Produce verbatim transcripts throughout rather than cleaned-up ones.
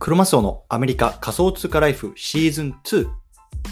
クロマスオのアメリカ仮想通貨ライフシーズンツー。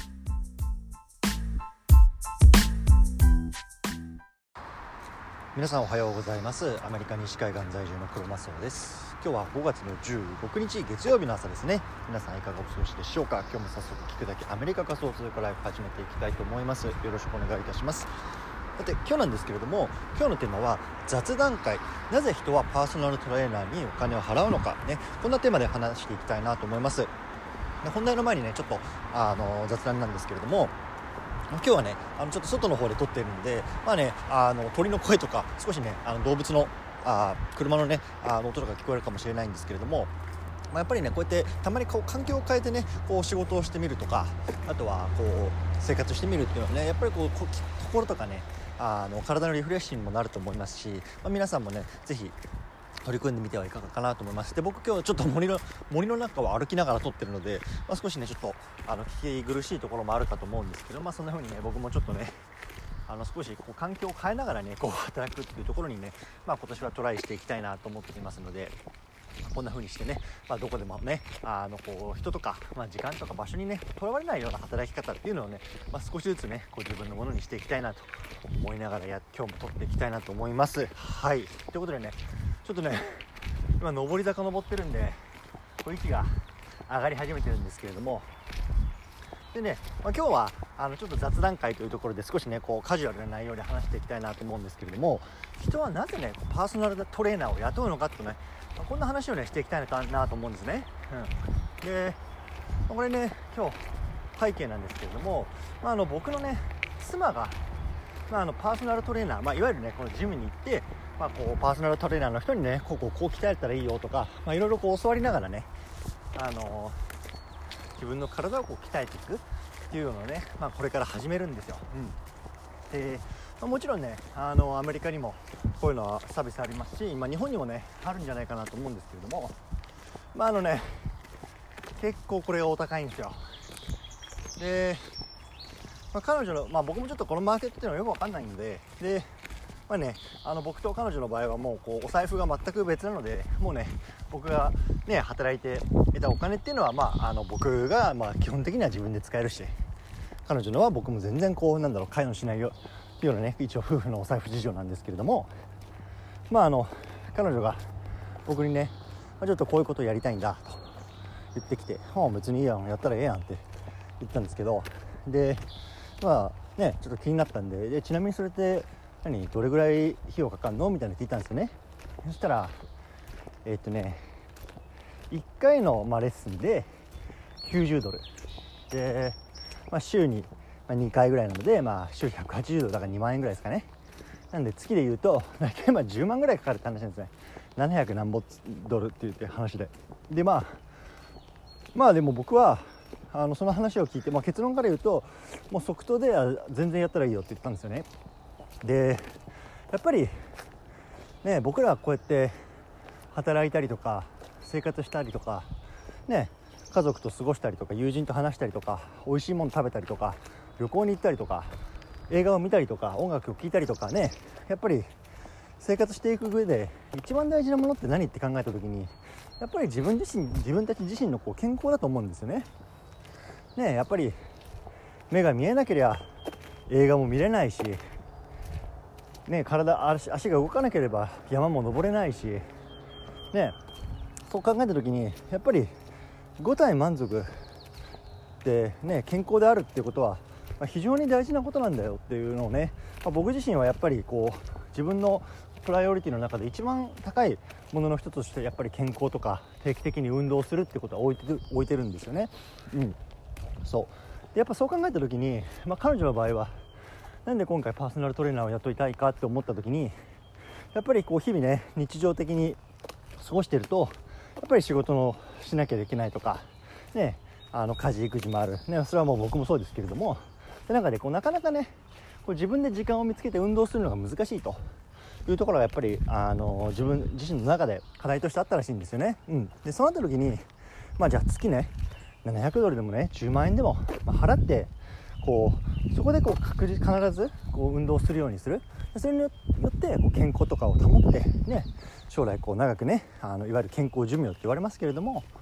皆さんおはようございます。アメリカ西海岸在住のクロマスオです。今日はごがつのじゅうろくにち月曜日の朝ですね。皆さんいかがお過ごしでしょうか。今日も早速聞くだけアメリカ仮想通貨ライフ始めていきたいと思います。よろしくお願いいたします。さて今日なんですけれども、今日のテーマは雑談会、なぜ人はパーソナルトレーナーにお金を払うのかね、こんなテーマで話していきたいなと思います。で本題の前にねちょっとあの雑談なんですけれども、今日はねあのちょっと外の方で撮っているので、まあねあの鳥の声とか少しねあの動物のあ車のねあの音とか聞こえるかもしれないんですけれども、まあ、やっぱりねこうやってたまにこう環境を変えてねこう仕事をしてみるとか、あとはこう生活してみるっていうのはねやっぱりこうこ心とかねあの体のリフレッシュにもなると思いますし、まあ、皆さんもねぜひ取り組んでみてはいかがかなと思います。で僕今日ちょっと森の森の中を歩きながら撮ってるので、まあ、少しねちょっとあの聞き苦しいところもあるかと思うんですけど、まあそんな風にね僕もちょっとねあの少しこう環境を変えながらねこう働くっていうところにね、まあ、今年はトライしていきたいなと思っていますので、こんな風にしてね、まあ、どこでもねあのこう人とか、まあ、時間とか場所にねとらわれないような働き方っていうのをね、まあ、少しずつねこう自分のものにしていきたいなと思いながらや今日も撮っていきたいなと思います。はいということでねちょっとね今上り坂登ってるんでこう息が上がり始めてるんですけれども、でね、まあ、今日はあのちょっと雑談会というところで少しねこうカジュアルな内容で話していきたいなと思うんですけれども、人はなぜねパーソナルトレーナーを雇うのかってね、まあ、こんな話をねしていきたいなと思うんですね、うん、で、まあ、これね今日背景なんですけれども、まあ、あの僕のね妻が、まあ、あのパーソナルトレーナー、まあ、いわゆるねこのジムに行って、まあ、こうパーソナルトレーナーの人にねこうこうこう鍛えたらいいよとか、まあ、いろいろこう教わりながらねあの自分の体をこう鍛えていくっていうのをね、まあ、これから始めるんですよ、うんでまあ、もちろんねあのアメリカにもこういうのはサービスありますし、まあ、日本にもねあるんじゃないかなと思うんですけれども、まああのね結構これがお高いんですよ。で、まあ、彼女の、まあ、僕もちょっとこのマーケットっていうのはよくわかんないので、でまあね、あの僕と彼女の場合はもうこうお財布が全く別なので、もうね僕がね働いて得たお金っていうのは、まあ、あの僕がまあ基本的には自分で使えるし、彼女のは僕も全然こうなんだろう関与しないよっていうようなね一応夫婦のお財布事情なんですけれども、まああの彼女が僕にね、まあ、ちょっとこういうことをやりたいんだと言ってきて、はあ別にいいやんやったらええやんって言ったんですけど、でまあねちょっと気になったんで、でちなみにそれって何どれぐらい費用かかるのみたいなの聞いたんですよね。そしたらえー、っとねいっかいの、まあ、レッスンできゅうじゅうドルで、まあ、週ににかいぐらいなので、まあ、週ひゃくはちじゅうドルだからにまんえんぐらいですかね。なんで月で言うと大体まあじゅうまんぐらいかかるって話なんですね。ななひゃくなんぼドルって言って話で、でまあまあでも僕はあのその話を聞いて、まあ、結論から言うともう即答で全然やったらいいよって言ったんですよね。でやっぱりね僕らはこうやって働いたりとか生活したりとかね家族と過ごしたりとか友人と話したりとか美味しいもの食べたりとか旅行に行ったりとか映画を見たりとか音楽を聴いたりとかね、やっぱり生活していく上で一番大事なものって何って考えた時にやっぱり自分自身自分たち自身のこう健康だと思うんですよね。ねやっぱり目が見えなければ映画も見れないしね、体 足, 足が動かなければ山も登れないし、ね、そう考えた時にやっぱり五体満足で、ね、健康であるっていうことは、まあ、非常に大事なことなんだよっていうのをね、まあ、僕自身はやっぱりこう自分のプライオリティの中で一番高いものの一つとしてやっぱり健康とか定期的に運動するってことは置いてる、置いてるんですよね、うん、そうでやっぱそう考えた時に、まあ、彼女の場合はなんで今回パーソナルトレーナーを雇いたいかって思った時に、やっぱりこう日々ね日常的に過ごしてるとやっぱり仕事のしなきゃいけないとかね、あの家事育児もある、ね、それはもう僕もそうですけれども、で中でこうなかなかねこう自分で時間を見つけて運動するのが難しいというところがやっぱりあの自分自身の中で課題としてあったらしいんですよね、うん、でそうなった時に、まあ、じゃあ月ねななひゃくドルでもねじゅうまんえんでも、まあ、払ってこうそこでこう確実必ずこう運動するようにする、それによってこう健康とかを保ってね将来こう長くねあのいわゆる健康寿命って言われますけれども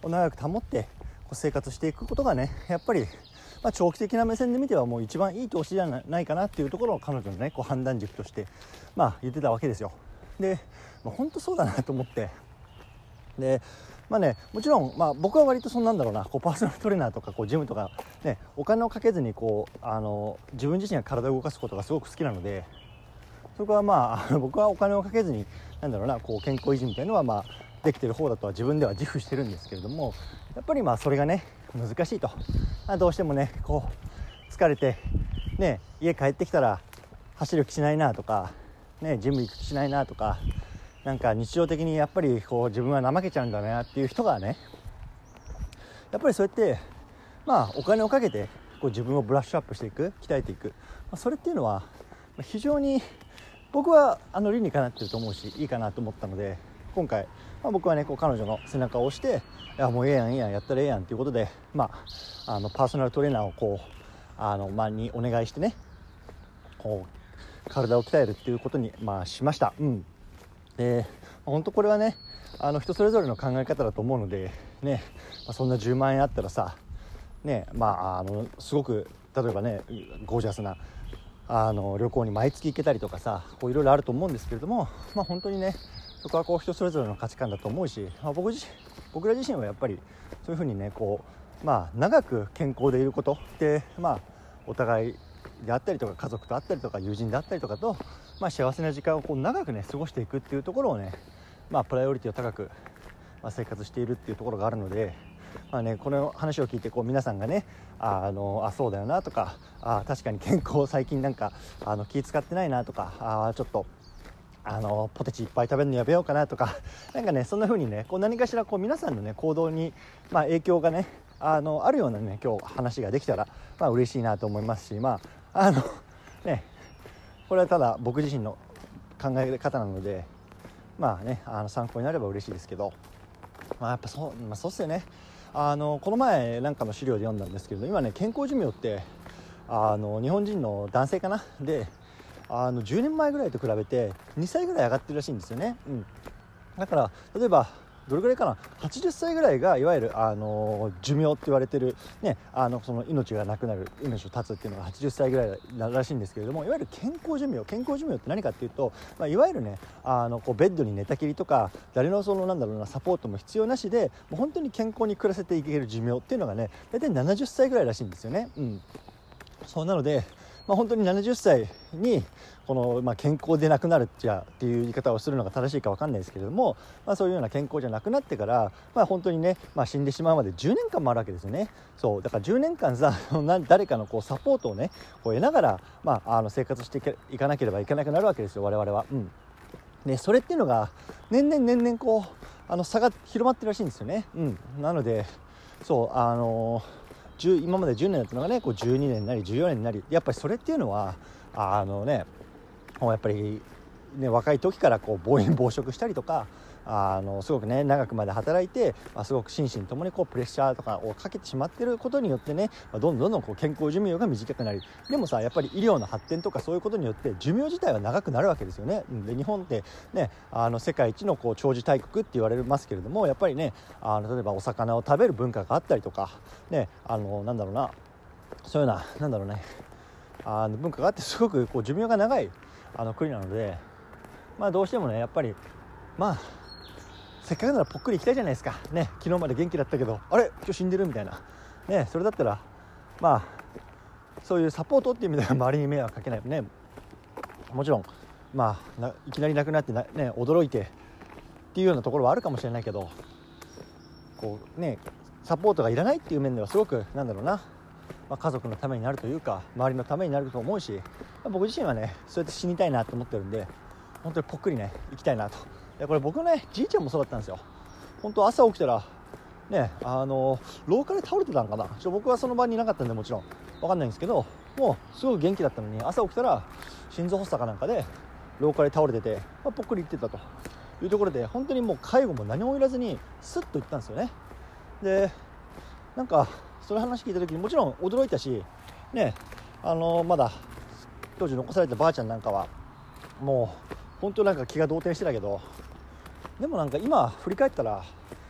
長く保ってこう生活していくことがねやっぱり、まあ、長期的な目線で見てはもう一番いい投資じゃないかなっていうところを彼女のねこう判断軸として、まあ、言ってたわけですよ。で、まあ、本当そうだなと思って、でまあね、もちろん、まあ、僕は割とそんなんだろうなこうパーソナルトレーナーとかこうジムとか、ね、お金をかけずにこうあの自分自身が体を動かすことがすごく好きなので、そこはまあ僕はお金をかけずになんだろうなこう健康維持みたいなのはまあできてる方だとは自分では自負してるんですけれども、やっぱりまあそれがね難しいと、まあ、どうしてもねこう疲れて、ね、家帰ってきたら走る気しないなとか、ね、ジム行く気しないなとか、なんか日常的にやっぱりこう自分は怠けちゃうんだなっていう人がねやっぱりそうやってまあお金をかけてこう自分をブラッシュアップしていく鍛えていく、まあ、それっていうのは非常に僕はあの理にかなってると思うしいいかなと思ったので、今回、まあ、僕はねこう彼女の背中を押していやもうええやんええやんやったらええやんということで、まあ、あのパーソナルトレーナーをこうあの、まあ、にお願いしてねこう体を鍛えるっていうことに、まあ、しました。うんで本当これはねあの人それぞれの考え方だと思うのでね、まあ、そんなじゅうまんえんあったらさねまああのすごく例えばねゴージャスなあの旅行に毎月行けたりとかさこういろいろあると思うんですけれども、まあ本当にねそこはこう人それぞれの価値観だと思うし、まあ、僕自身僕ら自身はやっぱりそういうふうにねこうまあ長く健康でいることでまあお互いであったりとか家族とあったりとか友人であったりとかと、まあ、幸せな時間をこう長くね過ごしていくっていうところをね、まあ、プライオリティを高く、まあ、生活しているっていうところがあるので、まあね、この話を聞いてこう皆さんがねあのあそうだよなとかあ確かに健康最近なんかあの気使ってないなとかあちょっとあのポテチいっぱい食べるのやめようかなとかなんかねそんな風にねこう何かしらこう皆さんのね行動に、まあ、影響がねあのあるようなね今日話ができたら、まあ、嬉しいなと思いますし、まああのねこれはただ僕自身の考え方なのでまあねあの参考になれば嬉しいですけど、まあ、やっぱそう、まあ、そうっすよね。あのこの前なんかの資料で読んだんですけど今ね健康寿命ってあの日本人の男性かなであのじゅうねんまえぐらいと比べてにさいぐらい上がってるらしいんですよね、うん、だから例えばどれぐらいかなはちじゅっさいぐらいがいわゆる、あの寿命って言われてる、ね、あのその命がなくなる命を絶つっていうのがはちじゅっさいぐらいらしいんですけれども、いわゆる健康寿命健康寿命って何かっていうと、まあ、いわゆるねあのこうベッドに寝たきりとか誰のそのなんだろうなサポートも必要なしでもう本当に健康に暮らせていける寿命っていうのがね大体ななじゅっさいぐらいらしいんですよね、うん、そうなのでまあ、本当にななじゅっさいにこの、まあ、健康でなくなるっていう言い方をするのが正しいか分かんないですけれども、まあ、そういうような健康じゃなくなってから、まあ、本当にね、まあ、死んでしまうまでじゅうねんかんもあるわけですよね。そうだからじゅうねんかんさ誰かのこうサポートをねこう得ながら、まあ、あの生活していかなければいけなくなるわけですよ我々は、うんね、それっていうのが年々年々こうあの差が広まってるらしいんですよね、うん、なのでそうあのー今までじゅうねんだったのがねこうじゅうにねんになりじゅうよねんになりやっぱりそれっていうのはあのねもうやっぱり、ね、若い時からこう暴飲暴食したりとかあのすごくね長くまで働いて、まあ、すごく心身ともにこうプレッシャーとかをかけてしまっていることによってね、まあ、どんどんどんどんこう健康寿命が短くなりでもさやっぱり医療の発展とかそういうことによって寿命自体は長くなるわけですよね。で日本ってねあの世界一のこう長寿大国って言われますけれどもやっぱりねあの例えばお魚を食べる文化があったりとかねあのなんだろうなそういうようななんだろうねあの文化があってすごくこう寿命が長いあの国なので、まあ、どうしてもねやっぱりまあせっかくならぽっくり行きたいじゃないですかね。昨日まで元気だったけどあれ今日死んでるみたいなね。それだったらまあそういうサポートっていう意味では周りに迷惑かけないね。もちろんまあないきなり亡くなってな、ね、驚いてっていうようなところはあるかもしれないけどこうねサポートがいらないっていう面ではすごくなんだろうな、まあ、家族のためになるというか周りのためになると思うし、まあ、僕自身はねそうやって死にたいなと思ってるんで本当にぽっくりね行きたいなと。でこれ僕のねじいちゃんもそうだったんですよ。本当朝起きたらねあの廊下で倒れてたのかなちょ僕はその場にいなかったんでもちろん分かんないんですけどもうすごく元気だったのに朝起きたら心臓発作かなんかで廊下で倒れてて、まあ、ぽっくり行ってたというところで本当にもう介護も何もいらずにスッと行ったんですよね。でなんかその話聞いた時にもちろん驚いたしねあのまだ当時残されたばあちゃんなんかはもう本当なんか気が動転してたけどでもなんか今振り返ったら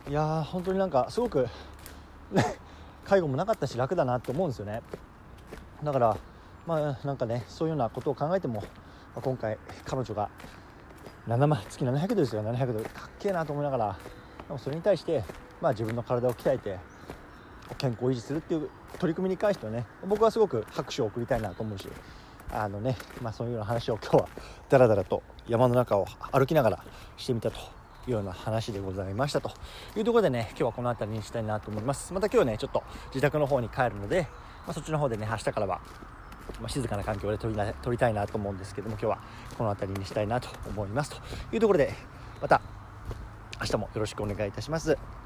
いやー本当になんかすごく介護もなかったし楽だなって思うんですよね。だからまあなんかねそういうようなことを考えても、まあ、今回彼女がななまん月ななひゃくドルですよ。ななひゃくドルかっけえなと思いながら、でもそれに対して、まあ、自分の体を鍛えて健康を維持するっていう取り組みに関してはね、僕はすごく拍手を送りたいなと思うし、あのね、まあ、そういうような話を今日はだらだらと山の中を歩きながらしてみたというような話でございましたというところでね、今日はこの辺りにしたいなと思います。また今日ねちょっと自宅の方に帰るので、まあ、そっちの方でね明日からは、まあ、静かな環境で撮りな撮りたいなと思うんですけども、今日はこの辺りにしたいなと思いますというところで、また明日もよろしくお願いいたします。